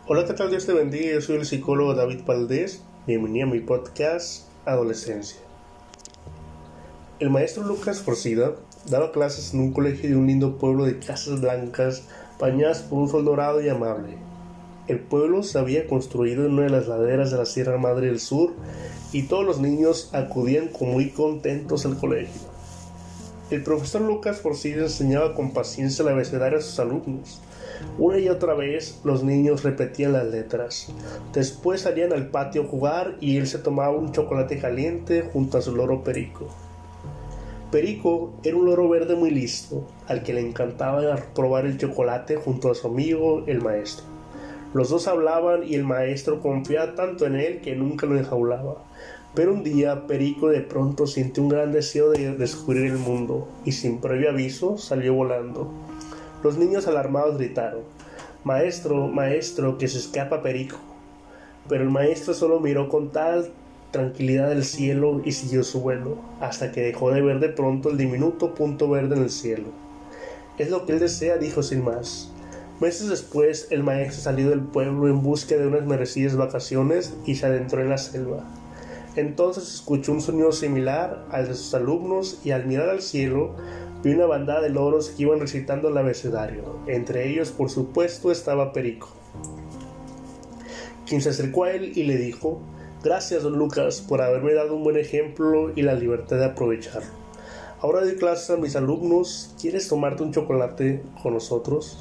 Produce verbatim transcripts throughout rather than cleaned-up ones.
Hola, ¿qué tal? Dios te bendiga. Yo soy el psicólogo David Valdés. Bienvenido a mi podcast Adolescencia. El maestro Lucas Forcida daba clases en un colegio de un lindo pueblo de casas blancas bañadas por un sol dorado y amable. El pueblo se había construido en una de las laderas de la Sierra Madre del Sur y todos los niños acudían con muy contentos al colegio. El profesor Lucas Forcida enseñaba con paciencia el abecedario a sus alumnos. Una y otra vez los niños repetían las letras. Después salían al patio a jugar y él se tomaba un chocolate caliente junto a su loro Perico. Perico era un loro verde muy listo, al que le encantaba probar el chocolate junto a su amigo el maestro. Los dos hablaban y el maestro confiaba tanto en él que nunca lo enjaulaba. Pero un día Perico de pronto sintió un gran deseo de descubrir el mundo y sin previo aviso salió volando. Los niños alarmados gritaron: «Maestro, maestro, que se escapa Perico». Pero el maestro solo miró con tal tranquilidad el cielo y siguió su vuelo, hasta que dejó de ver de pronto el diminuto punto verde en el cielo. «Es lo que él desea», dijo sin más. Meses después, el maestro salió del pueblo en busca de unas merecidas vacaciones y se adentró en la selva. Entonces escuchó un sonido similar al de sus alumnos y al mirar al cielo vio una bandada de loros que iban recitando el abecedario. Entre ellos, por supuesto, estaba Perico, quien se acercó a él y le dijo: «Gracias, don Lucas, por haberme dado un buen ejemplo y la libertad de aprovecharlo. Ahora doy clases a mis alumnos. ¿Quieres tomarte un chocolate con nosotros?».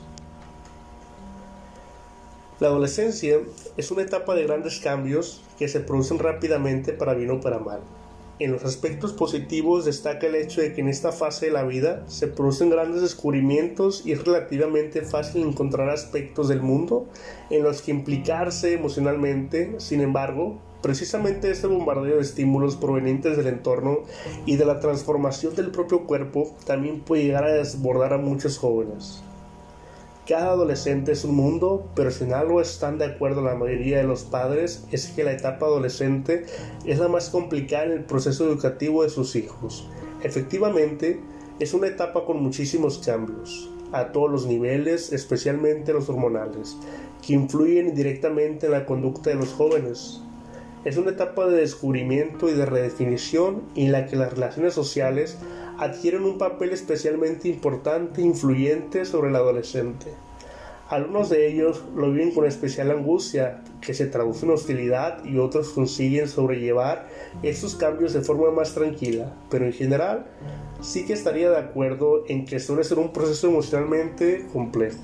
La adolescencia es una etapa de grandes cambios que se producen rápidamente para bien o para mal. En los aspectos positivos destaca el hecho de que en esta fase de la vida se producen grandes descubrimientos y es relativamente fácil encontrar aspectos del mundo en los que implicarse emocionalmente. Sin embargo, precisamente este bombardeo de estímulos provenientes del entorno y de la transformación del propio cuerpo también puede llegar a desbordar a muchos jóvenes. Cada adolescente es un mundo, pero si en algo están de acuerdo la mayoría de los padres es que la etapa adolescente es la más complicada en el proceso educativo de sus hijos. Efectivamente, es una etapa con muchísimos cambios, a todos los niveles, especialmente los hormonales, que influyen directamente en la conducta de los jóvenes. Es una etapa de descubrimiento y de redefinición en la que las relaciones sociales adquieren un papel especialmente importante e influyente sobre el adolescente. Algunos de ellos lo viven con especial angustia, que se traduce en hostilidad, y otros consiguen sobrellevar estos cambios de forma más tranquila, pero en general sí que estaría de acuerdo en que suele ser un proceso emocionalmente complejo.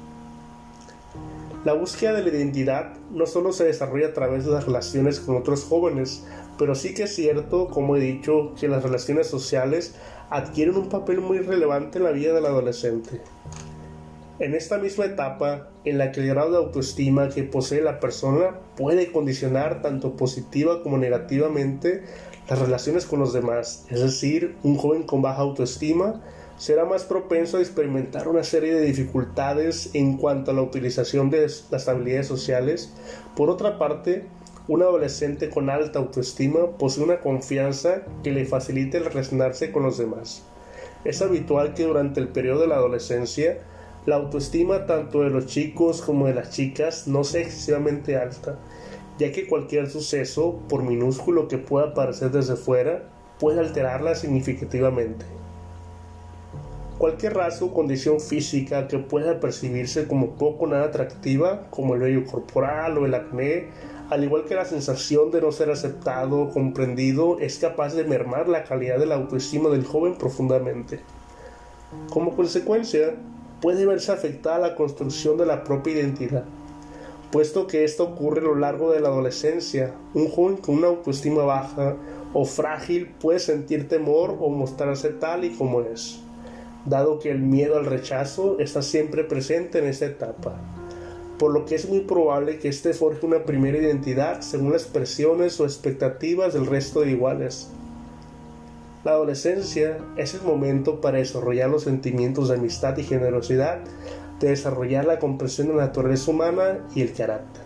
La búsqueda de la identidad no solo se desarrolla a través de las relaciones con otros jóvenes, pero sí que es cierto, como he dicho, que las relaciones sociales adquieren un papel muy relevante en la vida del adolescente. En esta misma etapa, en la que el grado de autoestima que posee la persona puede condicionar tanto positiva como negativamente las relaciones con los demás, es decir, un joven con baja autoestima será más propenso a experimentar una serie de dificultades en cuanto a la utilización de las habilidades sociales. Por otra parte, un adolescente con alta autoestima posee una confianza que le facilita el relacionarse con los demás. Es habitual que durante el periodo de la adolescencia, la autoestima tanto de los chicos como de las chicas no sea excesivamente alta, ya que cualquier suceso, por minúsculo que pueda parecer desde fuera, puede alterarla significativamente. Cualquier rasgo o condición física que pueda percibirse como poco o nada atractiva, como el vello corporal o el acné, al igual que la sensación de no ser aceptado o comprendido, es capaz de mermar la calidad de la autoestima del joven profundamente. Como consecuencia, puede verse afectada la construcción de la propia identidad. Puesto que esto ocurre a lo largo de la adolescencia, un joven con una autoestima baja o frágil puede sentir temor o mostrarse tal y como es, dado que el miedo al rechazo está siempre presente en esta etapa, por lo que es muy probable que éste forje una primera identidad según las presiones o expectativas del resto de iguales. La adolescencia es el momento para desarrollar los sentimientos de amistad y generosidad, de desarrollar la comprensión de la naturaleza humana y el carácter.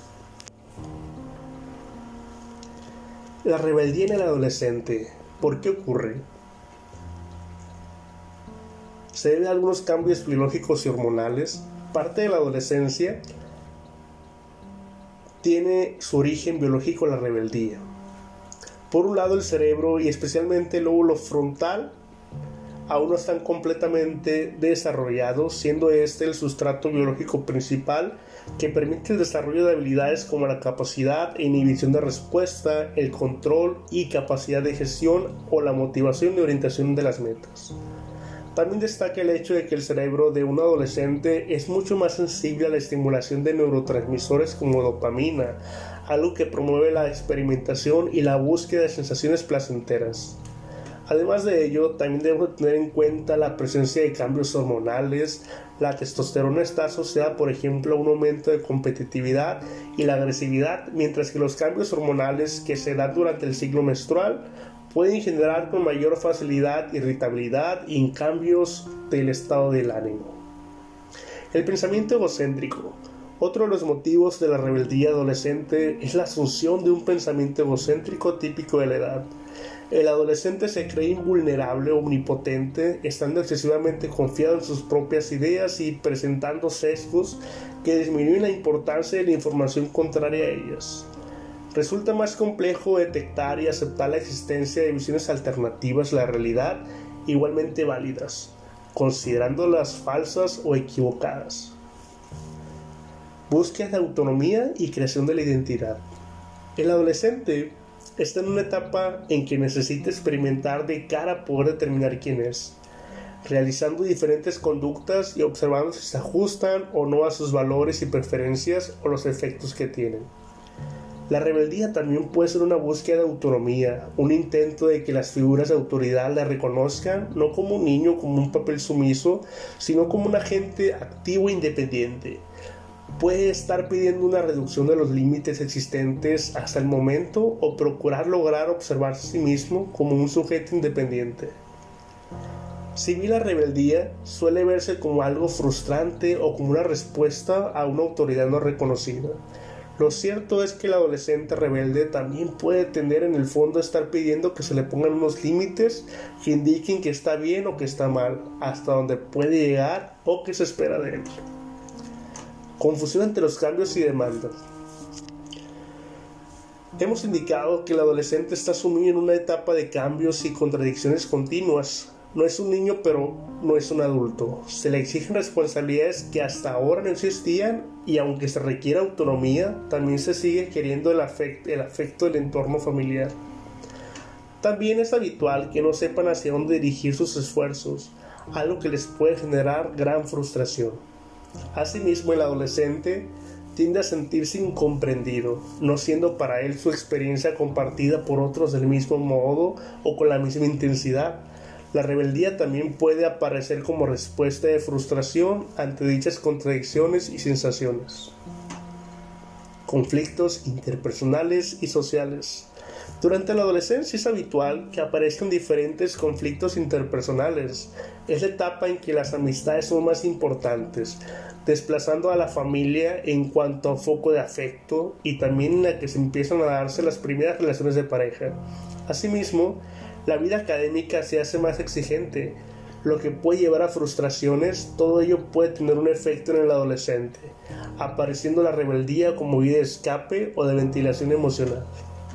La rebeldía en el adolescente, ¿por qué ocurre? Se debe a algunos cambios biológicos y hormonales. Parte de la adolescencia tiene su origen biológico la rebeldía. Por un lado, el cerebro y especialmente el lóbulo frontal aún no están completamente desarrollados, siendo este el sustrato biológico principal que permite el desarrollo de habilidades como la capacidad e inhibición de respuesta, el control y capacidad de gestión o la motivación y orientación de las metas. También destaca el hecho de que el cerebro de un adolescente es mucho más sensible a la estimulación de neurotransmisores como dopamina, algo que promueve la experimentación y la búsqueda de sensaciones placenteras. Además de ello, también debemos tener en cuenta la presencia de cambios hormonales. La testosterona está asociada, por ejemplo, a un aumento de competitividad y la agresividad, mientras que los cambios hormonales que se dan durante el ciclo menstrual pueden generar con mayor facilidad irritabilidad y cambios del estado del ánimo. El pensamiento egocéntrico. Otro de los motivos de la rebeldía adolescente es la asunción de un pensamiento egocéntrico típico de la edad. El adolescente se cree invulnerable o omnipotente, estando excesivamente confiado en sus propias ideas y presentando sesgos que disminuyen la importancia de la información contraria a ellas. Resulta más complejo detectar y aceptar la existencia de visiones alternativas a la realidad, igualmente válidas, considerándolas falsas o equivocadas. Búsqueda de autonomía y creación de la identidad. El adolescente está en una etapa en que necesita experimentar de cara a poder determinar quién es, realizando diferentes conductas y observando si se ajustan o no a sus valores y preferencias o los efectos que tienen. La rebeldía también puede ser una búsqueda de autonomía, un intento de que las figuras de autoridad la reconozcan no como un niño, como un papel sumiso, sino como un agente activo e independiente. Puede estar pidiendo una reducción de los límites existentes hasta el momento o procurar lograr observarse a sí mismo como un sujeto independiente. Si bien la rebeldía suele verse como algo frustrante o como una respuesta a una autoridad no reconocida, lo cierto es que el adolescente rebelde también puede tender en el fondo a estar pidiendo que se le pongan unos límites que indiquen que está bien o que está mal, hasta donde puede llegar o que se espera de él. Confusión entre los cambios y demandas. Hemos indicado que el adolescente está sumido en una etapa de cambios y contradicciones continuas. No es un niño, pero no es un adulto. Se le exigen responsabilidades que hasta ahora no existían y aunque se requiere autonomía, también se sigue queriendo el afecto, el afecto del entorno familiar. También es habitual que no sepan hacia dónde dirigir sus esfuerzos, algo que les puede generar gran frustración. Asimismo, el adolescente tiende a sentirse incomprendido, no siendo para él su experiencia compartida por otros del mismo modo o con la misma intensidad. La rebeldía también puede aparecer como respuesta de frustración ante dichas contradicciones y sensaciones. Conflictos interpersonales y sociales. Durante la adolescencia es habitual que aparezcan diferentes conflictos interpersonales. Es la etapa en que las amistades son más importantes, desplazando a la familia en cuanto a foco de afecto y también en la que se empiezan a darse las primeras relaciones de pareja. Asimismo, la vida académica se hace más exigente, lo que puede llevar a frustraciones. Todo ello puede tener un efecto en el adolescente, apareciendo la rebeldía como vía de escape o de ventilación emocional.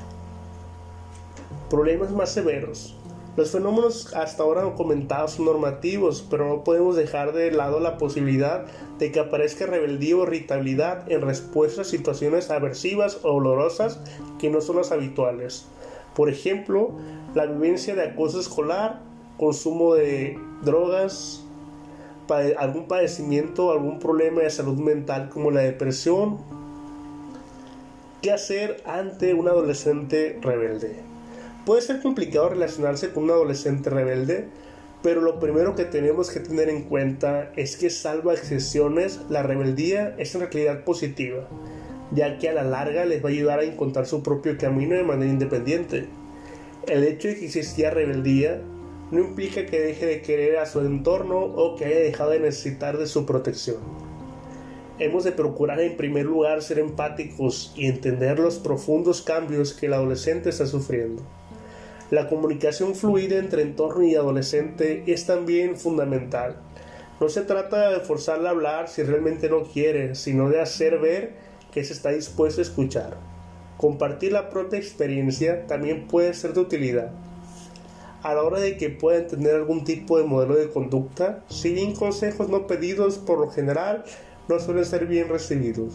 Problemas más severos. Los fenómenos hasta ahora comentados son normativos, pero no podemos dejar de lado la posibilidad de que aparezca rebeldía o irritabilidad en respuesta a situaciones aversivas o dolorosas que no son las habituales. Por ejemplo, la vivencia de acoso escolar, consumo de drogas, pade- algún padecimiento, algún problema de salud mental como la depresión. ¿Qué hacer ante un adolescente rebelde? Puede ser complicado relacionarse con un adolescente rebelde, pero lo primero que tenemos que tener en cuenta es que, salvo excepciones, la rebeldía es en realidad positiva, ya que a la larga les va a ayudar a encontrar su propio camino de manera independiente. El hecho de que existía rebeldía no implica que deje de querer a su entorno o que haya dejado de necesitar de su protección. Hemos de procurar en primer lugar ser empáticos y entender los profundos cambios que el adolescente está sufriendo. La comunicación fluida entre entorno y adolescente es también fundamental. No se trata de forzarla a hablar si realmente no quiere, sino de hacer ver que se está dispuesto a escuchar. Compartir la propia experiencia también puede ser de utilidad. A la hora de que puedan tener algún tipo de modelo de conducta, si bien consejos no pedidos por lo general no suelen ser bien recibidos.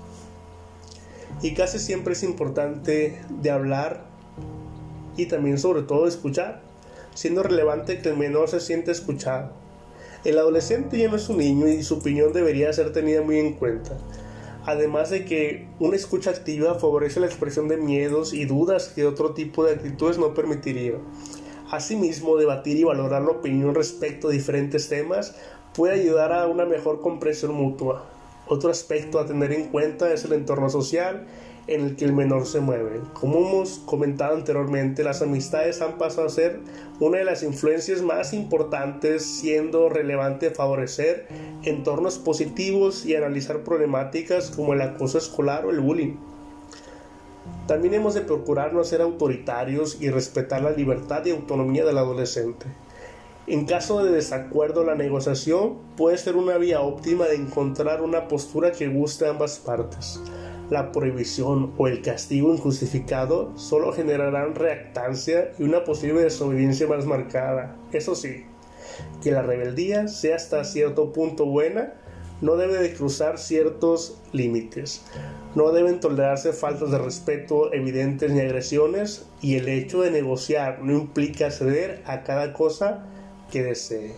Y casi siempre es importante de hablar y también sobre todo escuchar, siendo relevante que el menor se siente escuchado. El adolescente ya no es un niño y su opinión debería ser tenida muy en cuenta. Además de que una escucha activa favorece la expresión de miedos y dudas que otro tipo de actitudes no permitiría. Asimismo, debatir y valorar la opinión respecto a diferentes temas puede ayudar a una mejor comprensión mutua. Otro aspecto a tener en cuenta es el entorno social en el que el menor se mueve. Como hemos comentado anteriormente, las amistades han pasado a ser una de las influencias más importantes, siendo relevante favorecer entornos positivos y analizar problemáticas como el acoso escolar o el bullying. También hemos de procurar no ser autoritarios y respetar la libertad y autonomía del adolescente. En caso de desacuerdo, la negociación puede ser una vía óptima de encontrar una postura que guste a ambas partes. La prohibición o el castigo injustificado solo generarán reactancia y una posible desobediencia más marcada. Eso sí, que la rebeldía sea hasta cierto punto buena, no debe de cruzar ciertos límites. No deben tolerarse faltas de respeto evidentes ni agresiones, y el hecho de negociar no implica ceder a cada cosa que desee.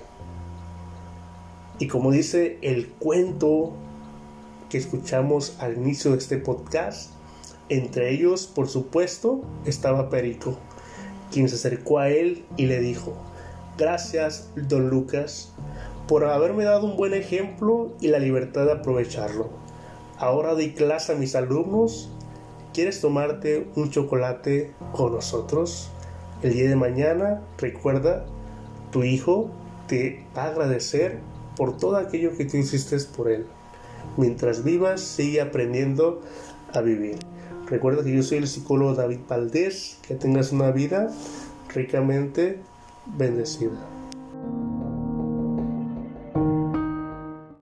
Y como dice el cuento que escuchamos al inicio de este podcast, entre ellos, por supuesto, estaba Perico, quien se acercó a él y le dijo: gracias, don Lucas, por haberme dado un buen ejemplo y la libertad de aprovecharlo. Ahora doy clase a mis alumnos. ¿Quieres tomarte un chocolate con nosotros? El día de mañana, recuerda, tu hijo te va a agradecer por todo aquello que tú hiciste por él. Mientras vivas, sigue aprendiendo a vivir. Recuerda que yo soy el psicólogo David Valdés. Que tengas una vida ricamente bendecida.